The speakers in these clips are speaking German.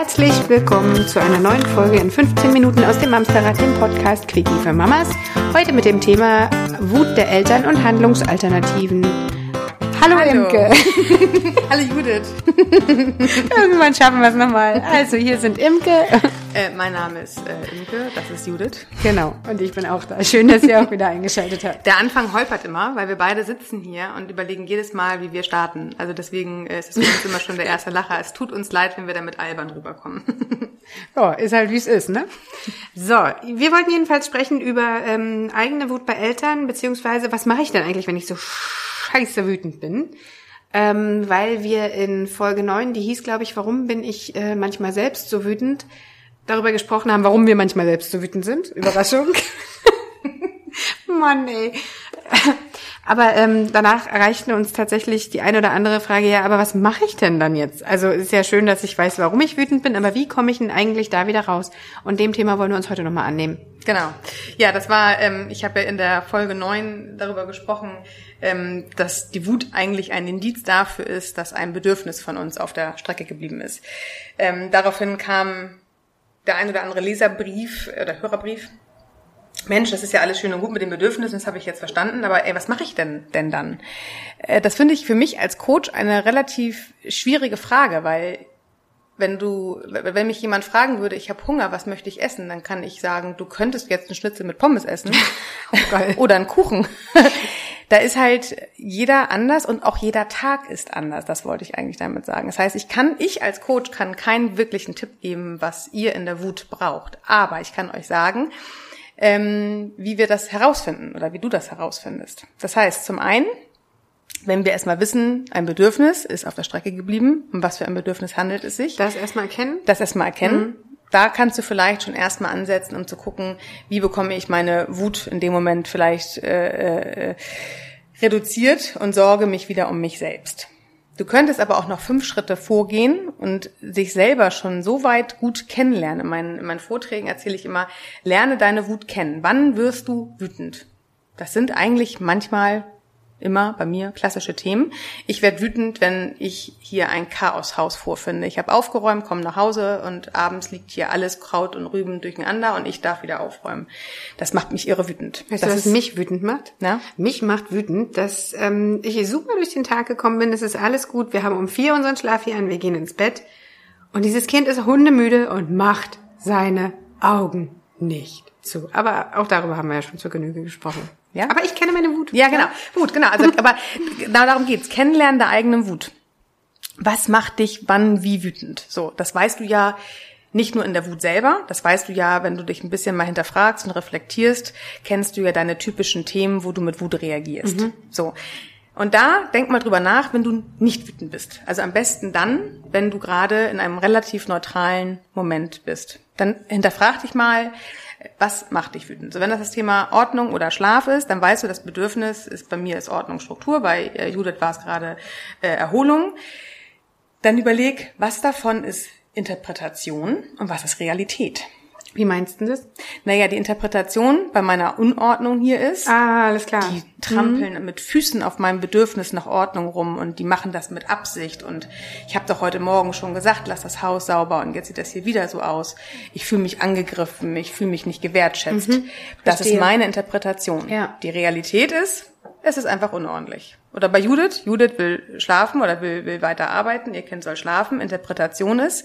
Herzlich willkommen zu einer neuen Folge in 15 Minuten aus dem Mamsterrad, dem Podcast Quickie für Mamas. Heute mit dem Thema Wut der Eltern und Handlungsalternativen. Hallo Imke. Hallo Judith. Irgendwann schaffen wir es nochmal. Also hier sind Imke. Mein Name ist Imke, das ist Judith. Genau, und ich bin auch da. Schön, dass ihr auch wieder eingeschaltet habt. Der Anfang holpert immer, weil wir beide sitzen hier und überlegen jedes Mal, wie wir starten. Also deswegen ist es für uns immer schon der erste Lacher. Es tut uns leid, wenn wir da mit albern rüberkommen. Ja, ist halt wie es ist, ne? So, wir wollten jedenfalls sprechen über eigene Wut bei Eltern, beziehungsweise was mache ich denn eigentlich, wenn ich so scheiße wütend bin? Weil wir in Folge 9, die hieß, glaube ich, warum bin ich manchmal selbst so wütend, darüber gesprochen haben, warum wir manchmal selbst so wütend sind. Überraschung. Mann, ey. Aber danach erreichte uns tatsächlich die eine oder andere Frage, ja, aber was mache ich denn dann jetzt? Also es ist ja schön, dass ich weiß, warum ich wütend bin, aber wie komme ich denn eigentlich da wieder raus? Und dem Thema wollen wir uns heute nochmal annehmen. Genau. Ja, das war, ich habe ja in der Folge 9 darüber gesprochen, dass die Wut eigentlich ein Indiz dafür ist, dass ein Bedürfnis von uns auf der Strecke geblieben ist. Daraufhin kam der ein oder andere Leserbrief oder Hörerbrief. Mensch, das ist ja alles schön und gut mit den Bedürfnissen, das habe ich jetzt verstanden, aber was mache ich denn dann? Das finde ich für mich als Coach eine relativ schwierige Frage, weil wenn mich jemand fragen würde, ich habe Hunger, was möchte ich essen, dann kann ich sagen, du könntest jetzt einen Schnitzel mit Pommes essen oder einen Kuchen. Da ist halt jeder anders und auch jeder Tag ist anders, das wollte ich eigentlich damit sagen. Das heißt, ich als Coach kann keinen wirklichen Tipp geben, was ihr in der Wut braucht, aber ich kann euch sagen, wie wir das herausfinden oder wie du das herausfindest. Das heißt, zum einen, wenn wir erstmal wissen, ein Bedürfnis ist auf der Strecke geblieben, um was für ein Bedürfnis handelt es sich. Das erstmal erkennen? Mhm. Da kannst du vielleicht schon erstmal ansetzen, um zu gucken, wie bekomme ich meine Wut in dem Moment vielleicht reduziert und sorge mich wieder um mich selbst. Du könntest aber auch noch 5 Schritte vorgehen und sich selber schon so weit gut kennenlernen. In meinen Vorträgen erzähle ich immer, lerne deine Wut kennen. Wann wirst du wütend? Das sind eigentlich manchmal immer bei mir klassische Themen. Ich werde wütend, wenn ich hier ein Chaoshaus vorfinde. Ich habe aufgeräumt, komme nach Hause und abends liegt hier alles Kraut und Rüben durcheinander und ich darf wieder aufräumen. Das macht mich irre wütend. Weißt du, was mich wütend macht? Ja? Mich macht wütend, dass ich super durch den Tag gekommen bin. Es ist alles gut. Wir haben um 4 unseren Schlaf hier an. Wir gehen ins Bett. Und dieses Kind ist hundemüde und macht seine Augen nicht zu. Aber auch darüber haben wir ja schon zur Genüge gesprochen. Ja? Aber ich kenne meine Wut. Ja, genau. Wut, genau. Also, aber genau darum geht's. Kennenlernen der eigenen Wut. Was macht dich wann wie wütend? So, das weißt du ja nicht nur in der Wut selber. Das weißt du ja, wenn du dich ein bisschen mal hinterfragst und reflektierst, kennst du ja deine typischen Themen, wo du mit Wut reagierst. So. Und da denk mal drüber nach, wenn du nicht wütend bist. Also am besten dann, wenn du gerade in einem relativ neutralen Moment bist. Dann hinterfrag dich mal, was macht dich wütend? So, wenn das Thema Ordnung oder Schlaf ist, dann weißt du, das Bedürfnis ist bei mir ist Ordnung, Struktur, bei Judith war es gerade Erholung. Dann überleg, was davon ist Interpretation und was ist Realität. Wie meinst du das? Naja, die Interpretation bei meiner Unordnung hier ist, alles klar. Die trampeln mit Füßen auf meinem Bedürfnis nach Ordnung rum und die machen das mit Absicht. Und ich habe doch heute Morgen schon gesagt, lass das Haus sauber und jetzt sieht das hier wieder so aus. Ich fühle mich angegriffen, ich fühle mich nicht gewertschätzt. Das ist meine Interpretation. Ja. Die Realität ist, es ist einfach unordentlich. Oder bei Judith will schlafen oder will weiter arbeiten, ihr Kind soll schlafen. Interpretation ist,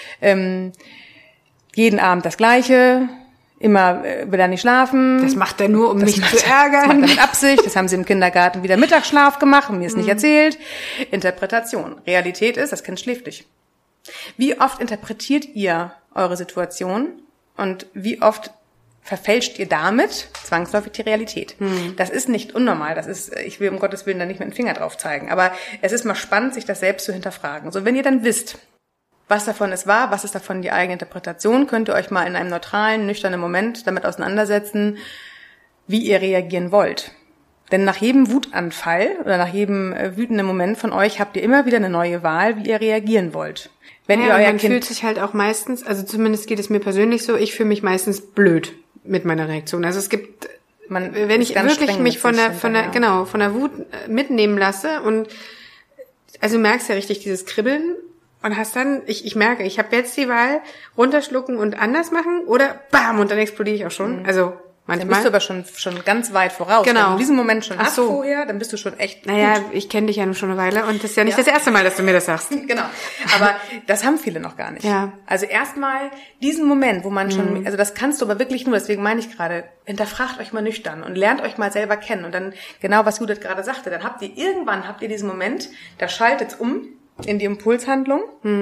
jeden Abend das Gleiche, immer will er nicht schlafen. Das macht er nur, um mich zu ärgern. Das macht er mit Absicht. Das haben sie im Kindergarten wieder Mittagsschlaf gemacht und mir ist nicht erzählt. Interpretation. Realität ist, das Kind schläft nicht. Wie oft interpretiert ihr eure Situation und wie oft verfälscht ihr damit zwangsläufig die Realität? Das ist nicht unnormal. Das ist, ich will um Gottes Willen da nicht mit dem Finger drauf zeigen. Aber es ist mal spannend, sich das selbst zu hinterfragen. So, wenn ihr dann wisst, was davon ist wahr, was ist davon die eigene Interpretation, könnt ihr euch mal in einem neutralen, nüchternen Moment damit auseinandersetzen, wie ihr reagieren wollt. Denn nach jedem Wutanfall oder nach jedem wütenden Moment von euch habt ihr immer wieder eine neue Wahl, wie ihr reagieren wollt. Wenn ihr euer man Kind fühlt sich halt auch meistens, also zumindest geht es mir persönlich so, ich fühle mich meistens blöd mit meiner Reaktion. Also es gibt, wenn ich wirklich mich von der Wut mitnehmen lasse und also du merkst ja richtig dieses Kribbeln und hast dann, ich merke, ich habe jetzt die Wahl, runterschlucken und anders machen oder bam, und dann explodiere ich auch schon. Also manchmal. Dann bist du aber schon ganz weit voraus. Genau. Wenn du in diesem Moment schon hast so. vorher, dann bist du schon echt Naja, gut. ich kenne dich ja nun schon eine Weile und das ist ja nicht das erste Mal, dass du mir das sagst. Genau. Aber das haben viele noch gar nicht. Ja. Also erstmal diesen Moment, wo man schon, also das kannst du aber wirklich nur, deswegen meine ich gerade, hinterfragt euch mal nüchtern und lernt euch mal selber kennen. Und dann, genau was Judith gerade sagte, dann habt ihr diesen Moment, da schaltet's um in die Impulshandlung.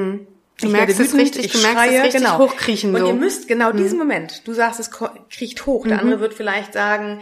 Du merkst es richtig, hochkriechen. Und so. ihr müsst genau diesen Moment, du sagst, es kriecht hoch, der andere wird vielleicht sagen,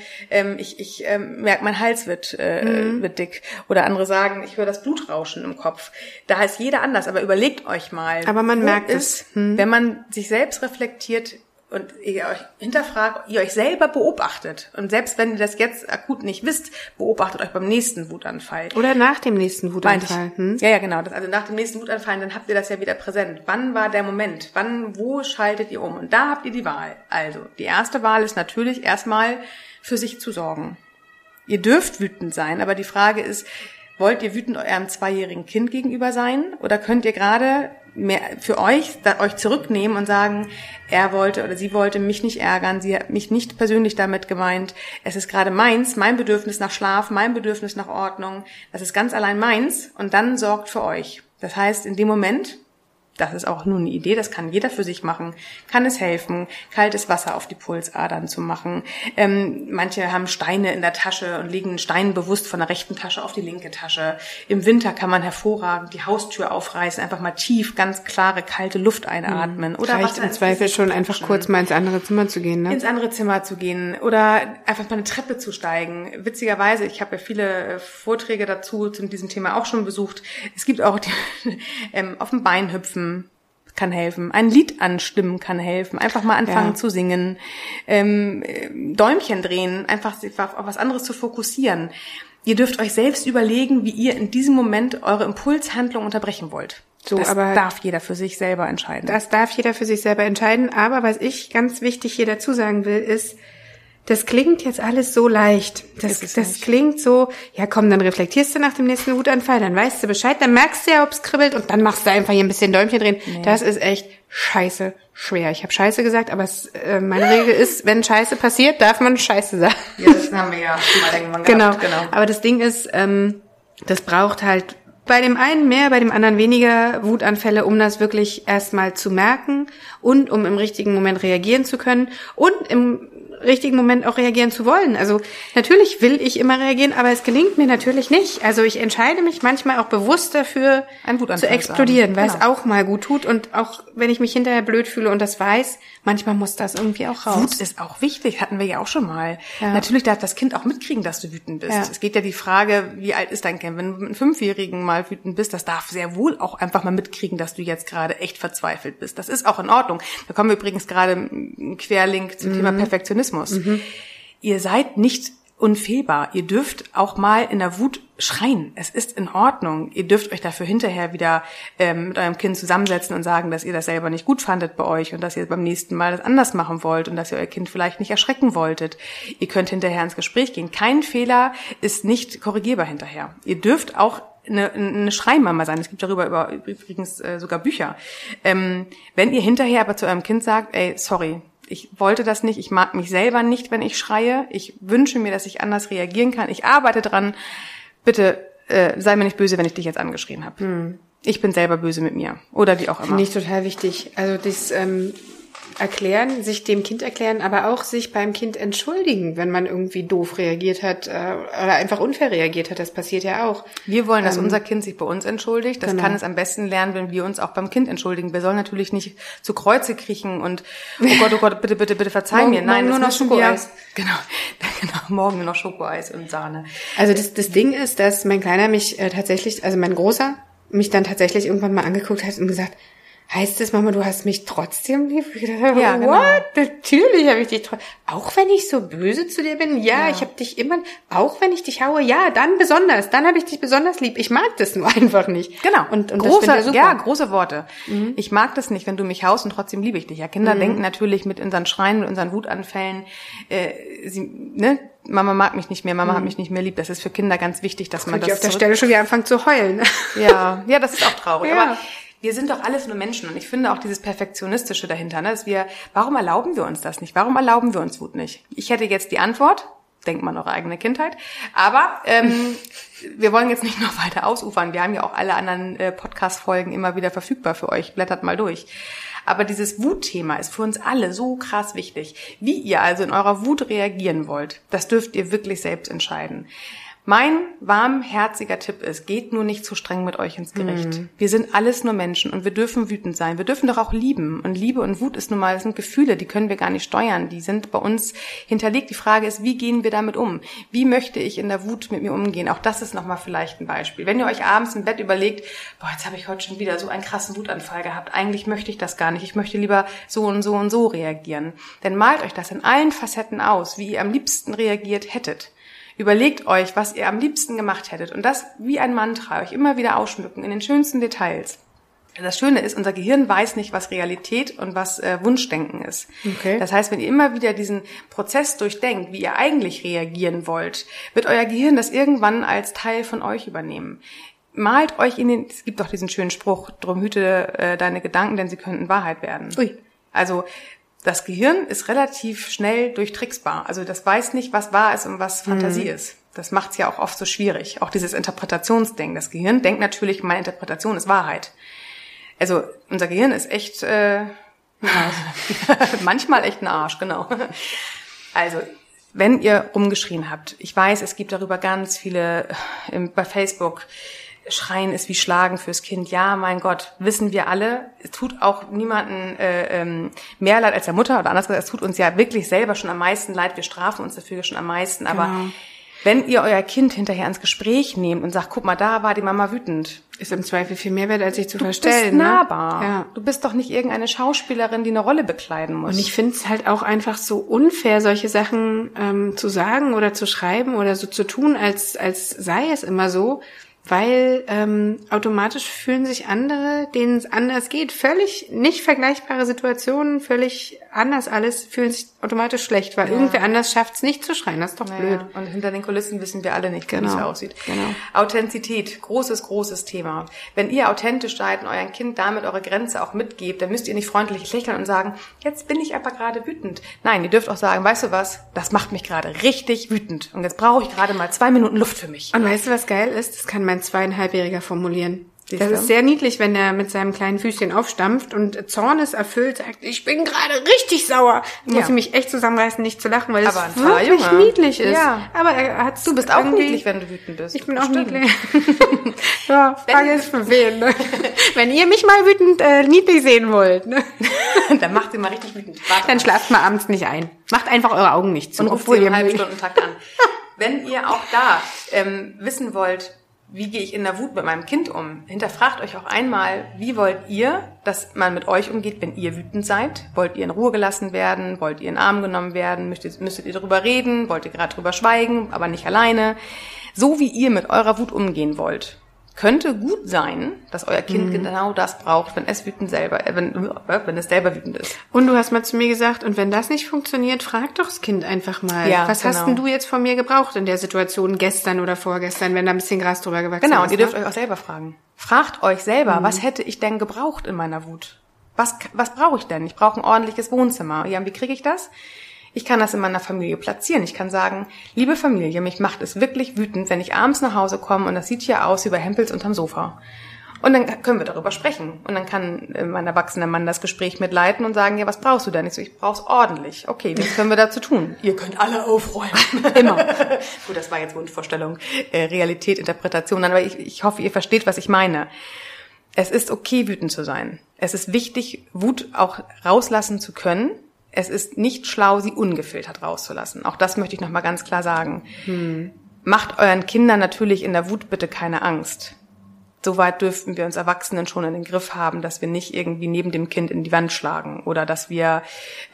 ich merke, mein Hals wird dick. Oder andere sagen, ich höre das Blutrauschen im Kopf. Da ist jeder anders, aber überlegt euch mal. Aber man merkt es. Wenn man sich selbst reflektiert und ihr euch hinterfragt, ihr euch selber beobachtet. Und selbst wenn ihr das jetzt akut nicht wisst, beobachtet euch beim nächsten Wutanfall. Oder nach dem nächsten Wutanfall. Ja, genau. Also nach dem nächsten Wutanfall, dann habt ihr das ja wieder präsent. Wann war der Moment? Wo schaltet ihr um? Und da habt ihr die Wahl. Also, die erste Wahl ist natürlich erstmal für sich zu sorgen. Ihr dürft wütend sein, aber die Frage ist, wollt ihr wütend eurem 2-jährigen Kind gegenüber sein? Oder könnt ihr gerade mehr für euch zurücknehmen und sagen, er wollte oder sie wollte mich nicht ärgern, sie hat mich nicht persönlich damit gemeint, es ist gerade meins, mein Bedürfnis nach Schlaf, mein Bedürfnis nach Ordnung, das ist ganz allein meins und dann sorgt für euch. Das heißt, in dem Moment, das ist auch nur eine Idee, das kann jeder für sich machen, kann es helfen, kaltes Wasser auf die Pulsadern zu machen. Manche haben Steine in der Tasche und legen einen Stein bewusst von der rechten Tasche auf die linke Tasche. Im Winter kann man hervorragend die Haustür aufreißen, einfach mal tief, ganz klare, kalte Luft einatmen. Oder reicht im Zweifel schon einfach kurz mal ins andere Zimmer zu gehen, ne? Ins andere Zimmer zu gehen oder einfach mal eine Treppe zu steigen. Witzigerweise, ich habe ja viele Vorträge dazu zu diesem Thema auch schon besucht. Es gibt auch auf dem Bein hüpfen kann helfen. Ein Lied anstimmen kann helfen. Einfach mal anfangen zu singen. Däumchen drehen. Einfach auf was anderes zu fokussieren. Ihr dürft euch selbst überlegen, wie ihr in diesem Moment eure Impulshandlung unterbrechen wollt. So, das aber darf jeder für sich selber entscheiden. Das darf jeder für sich selber entscheiden. Aber was ich ganz wichtig hier dazu sagen will, ist, das klingt jetzt alles so leicht. Das klingt so, ja komm, dann reflektierst du nach dem nächsten Wutanfall, dann weißt du Bescheid, dann merkst du ja, ob's kribbelt und dann machst du einfach hier ein bisschen Däumchen drehen. Nee. Das ist echt scheiße schwer. Ich habe Scheiße gesagt, aber meine Regel ist, wenn Scheiße passiert, darf man Scheiße sagen. Ja, das haben wir ja schon mal irgendwann gehabt. Genau. Aber das Ding ist, das braucht halt bei dem einen mehr, bei dem anderen weniger Wutanfälle, um das wirklich erstmal zu merken und um im richtigen Moment reagieren zu können und im richtigen Moment auch reagieren zu wollen. Also natürlich will ich immer reagieren, aber es gelingt mir natürlich nicht. Also ich entscheide mich manchmal auch bewusst dafür, zu explodieren, weil es auch mal gut tut und auch wenn ich mich hinterher blöd fühle und das weiß, manchmal muss das irgendwie auch raus. Wut ist auch wichtig, hatten wir ja auch schon mal. Ja. Natürlich darf das Kind auch mitkriegen, dass du wütend bist. Ja. Es geht ja die Frage, wie alt ist dein Kind? Wenn du mit einem 5-Jährigen mal wütend bist, das darf sehr wohl auch einfach mal mitkriegen, dass du jetzt gerade echt verzweifelt bist. Das ist auch in Ordnung. Da kommen wir übrigens gerade einen Querlink zum Thema Perfektionismus. Ihr seid nicht unfehlbar. Ihr dürft auch mal in der Wut schreien. Es ist in Ordnung. Ihr dürft euch dafür hinterher wieder mit eurem Kind zusammensetzen und sagen, dass ihr das selber nicht gut fandet bei euch und dass ihr beim nächsten Mal das anders machen wollt und dass ihr euer Kind vielleicht nicht erschrecken wolltet. Ihr könnt hinterher ins Gespräch gehen. Kein Fehler ist nicht korrigierbar hinterher. Ihr dürft auch eine Schreimama sein. Es gibt darüber übrigens sogar Bücher. Wenn ihr hinterher aber zu eurem Kind sagt, ey, sorry, ich wollte das nicht, ich mag mich selber nicht, wenn ich schreie. Ich wünsche mir, dass ich anders reagieren kann. Ich arbeite dran. Bitte sei mir nicht böse, wenn ich dich jetzt angeschrien habe. Ich bin selber böse mit mir. Oder wie auch immer. Finde ich total wichtig. Also das erklären, sich dem Kind erklären, aber auch sich beim Kind entschuldigen, wenn man irgendwie doof reagiert hat oder einfach unfair reagiert hat. Das passiert ja auch. Wir wollen, dass unser Kind sich bei uns entschuldigt. Das kann es am besten lernen, wenn wir uns auch beim Kind entschuldigen. Wir sollen natürlich nicht zu Kreuze kriechen und oh Gott, bitte, verzeih mir. Nein, nur noch Schokoeis. Genau, morgen nur noch Schokoeis und Sahne. Also das Ding ist, dass mein Kleiner mich tatsächlich, also mein Großer, mich dann tatsächlich irgendwann mal angeguckt hat und gesagt, heißt es, Mama, du hast mich trotzdem lieb? Ich dachte, ja, genau. What? Natürlich habe ich dich trotzdem. Auch wenn ich so böse zu dir bin? Ja, ich habe dich immer, auch wenn ich dich haue? Ja, dann besonders. Dann habe ich dich besonders lieb. Ich mag das nur einfach nicht. Genau. Und große Worte. Ich mag das nicht, wenn du mich haust und trotzdem liebe ich dich. Ja, Kinder denken natürlich mit unseren Schreien, mit unseren Wutanfällen, Mama mag mich nicht mehr, Mama hat mich nicht mehr lieb. Das ist für Kinder ganz wichtig, dass man das auf der Stelle schon wieder anfangen zu heulen. Ja, das ist auch traurig. Ja. Aber wir sind doch alles nur Menschen und ich finde auch dieses Perfektionistische dahinter, ne, warum erlauben wir uns das nicht? Warum erlauben wir uns Wut nicht? Ich hätte jetzt die Antwort, denkt man eure eigene Kindheit, aber wir wollen jetzt nicht noch weiter ausufern. Wir haben ja auch alle anderen Podcast-Folgen immer wieder verfügbar für euch. Blättert mal durch. Aber dieses Wutthema ist für uns alle so krass wichtig. Wie ihr also in eurer Wut reagieren wollt, das dürft ihr wirklich selbst entscheiden. Mein warmherziger Tipp ist, geht nur nicht zu streng mit euch ins Gericht. Wir sind alles nur Menschen und wir dürfen wütend sein. Wir dürfen doch auch lieben. Und Liebe und Wut ist nun mal, das sind Gefühle, die können wir gar nicht steuern. Die sind bei uns hinterlegt. Die Frage ist, wie gehen wir damit um? Wie möchte ich in der Wut mit mir umgehen? Auch das ist nochmal vielleicht ein Beispiel. Wenn ihr euch abends im Bett überlegt, jetzt habe ich heute schon wieder so einen krassen Wutanfall gehabt. Eigentlich möchte ich das gar nicht. Ich möchte lieber so und so und so reagieren. Dann malt euch das in allen Facetten aus, wie ihr am liebsten reagiert hättet. Überlegt euch, was ihr am liebsten gemacht hättet und das wie ein Mantra euch immer wieder ausschmücken in den schönsten Details. Das Schöne ist, unser Gehirn weiß nicht, was Realität und was Wunschdenken ist. Okay. Das heißt, wenn ihr immer wieder diesen Prozess durchdenkt, wie ihr eigentlich reagieren wollt, wird euer Gehirn das irgendwann als Teil von euch übernehmen. Malt euch es gibt doch diesen schönen Spruch, drum hüte deine Gedanken, denn sie könnten Wahrheit werden. Ui. Also das Gehirn ist relativ schnell durchtricksbar. Also das weiß nicht, was wahr ist und was Fantasie ist. Das macht's ja auch oft so schwierig. Auch dieses Interpretationsdenken. Das Gehirn denkt natürlich, meine Interpretation ist Wahrheit. Also unser Gehirn ist echt manchmal echt ein Arsch, genau. Also wenn ihr rumgeschrien habt, ich weiß, es gibt darüber ganz viele bei Facebook. Schreien ist wie Schlagen fürs Kind. Ja, mein Gott, wissen wir alle. Es tut auch niemanden mehr leid als der Mutter oder anders gesagt, es tut uns ja wirklich selber schon am meisten leid. Wir strafen uns dafür schon am meisten. Aber wenn ihr euer Kind hinterher ins Gespräch nehmt und sagt, guck mal, da war die Mama wütend. Ist im Zweifel viel mehr wert, als sich zu verstellen. Du bist nahbar. Ja. Du bist doch nicht irgendeine Schauspielerin, die eine Rolle bekleiden muss. Und ich finde es halt auch einfach so unfair, solche Sachen zu sagen oder zu schreiben oder so zu tun, als sei es immer so. Weil automatisch fühlen sich andere, denen es anders geht, völlig nicht vergleichbare Situationen, völlig anders alles, fühlen sich automatisch schlecht, weil irgendwer anders schafft es nicht zu schreien. Das ist doch blöd. Und hinter den Kulissen wissen wir alle nicht, wie es aussieht. Genau. Authentizität, großes Thema. Wenn ihr authentisch seid und eurem Kind damit eure Grenze auch mitgebt, dann müsst ihr nicht freundlich lächeln und sagen, jetzt bin ich aber gerade wütend. Nein, ihr dürft auch sagen, weißt du was, das macht mich gerade richtig wütend. Und jetzt brauche ich gerade mal 2 Minuten Luft für mich. Und weißt du, was geil ist? Das kann mein 2,5-Jähriger formulieren. Das ist sehr niedlich, wenn er mit seinem kleinen Füßchen aufstampft und zorneserfüllt sagt, ich bin gerade richtig sauer. Dann muss ich mich echt zusammenreißen, nicht zu lachen, weil es wirklich niedlich ist. Ja. Aber er hat's. Du bist auch niedlich, wenn du wütend bist. Ich bin auch niedlich. Ja, Frage ist für wen. Ne? Wenn ihr mich mal wütend niedlich sehen wollt, ne? Dann macht ihr mal richtig wütend. Dann schlaft mal abends nicht ein. Macht einfach eure Augen nicht zu. Und ruft ihr im Halbstundentakt an. Wenn ihr auch da wissen wollt, wie gehe ich in der Wut mit meinem Kind um? Hinterfragt euch auch einmal, wie wollt ihr, dass man mit euch umgeht, wenn ihr wütend seid? Wollt ihr in Ruhe gelassen werden? Wollt ihr in den Arm genommen werden? Müsstet ihr darüber reden? Wollt ihr gerade drüber schweigen, aber nicht alleine? So wie ihr mit eurer Wut umgehen wollt. Könnte gut sein, dass euer Kind genau das braucht, wenn es wenn es selber wütend ist. Und du hast mal zu mir gesagt, und wenn das nicht funktioniert, frag doch das Kind einfach mal. Ja, was hast denn du jetzt von mir gebraucht in der Situation gestern oder vorgestern, wenn da ein bisschen Gras drüber gewachsen ist? Genau, und ihr dürft euch auch selber fragen. Fragt euch selber, was hätte ich denn gebraucht in meiner Wut? Was brauche ich denn? Ich brauche ein ordentliches Wohnzimmer. Ja, und wie kriege ich das? Ich kann das in meiner Familie platzieren. Ich kann sagen, liebe Familie, mich macht es wirklich wütend, wenn ich abends nach Hause komme und das sieht hier aus wie bei Hempels unterm Sofa. Und dann können wir darüber sprechen. Und dann kann mein erwachsener Mann das Gespräch mitleiten und sagen, ja, was brauchst du denn? Ich so, ich brauch's ordentlich. Okay, was können wir dazu tun? Ihr könnt alle aufräumen. Immer. Gut, das war jetzt Wunschvorstellung, Realität, Interpretation. Aber ich hoffe, ihr versteht, was ich meine. Es ist okay, wütend zu sein. Es ist wichtig, Wut auch rauslassen zu können. Es ist nicht schlau, sie ungefiltert rauszulassen. Auch das möchte ich nochmal ganz klar sagen. Macht euren Kindern natürlich in der Wut bitte keine Angst. Soweit dürften wir uns Erwachsenen schon in den Griff haben, dass wir nicht irgendwie neben dem Kind in die Wand schlagen oder dass wir,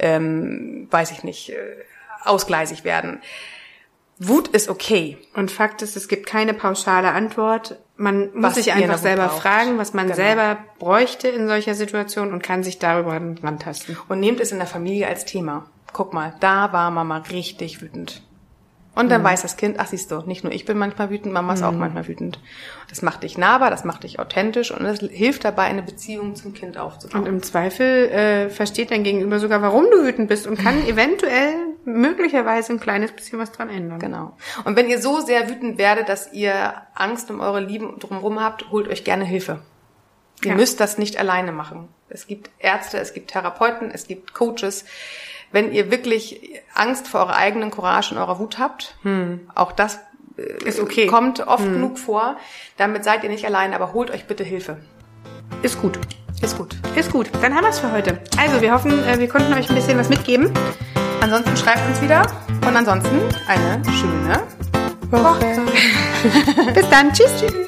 ausgleisig werden. Wut ist okay. Und Fakt ist, es gibt keine pauschale Antwort. Man muss sich einfach selber fragen, was man selber bräuchte in solcher Situation und kann sich darüber rantasten. Und nehmt es in der Familie als Thema. Guck mal, da war Mama richtig wütend. Und dann weiß das Kind, ach siehst du, nicht nur ich bin manchmal wütend, Mama ist auch manchmal wütend. Das macht dich nahbar, das macht dich authentisch und das hilft dabei, eine Beziehung zum Kind aufzubauen. Und im Zweifel versteht dein Gegenüber sogar, warum du wütend bist und kann eventuell möglicherweise ein kleines bisschen was dran ändern. Genau. Und wenn ihr so sehr wütend werdet, dass ihr Angst um eure Lieben drumherum habt, holt euch gerne Hilfe. Ihr müsst das nicht alleine machen. Es gibt Ärzte, es gibt Therapeuten, es gibt Coaches. Wenn ihr wirklich Angst vor eurer eigenen Courage und eurer Wut habt, auch das ist okay. Kommt oft genug vor. Damit seid ihr nicht allein, aber holt euch bitte Hilfe. Ist gut. Ist gut. Ist gut. Dann haben wir es für heute. Also, wir hoffen, wir konnten euch ein bisschen was mitgeben. Ansonsten schreibt uns wieder. Und ansonsten eine schöne Woche. Bis dann. Tschüss. Tschüss.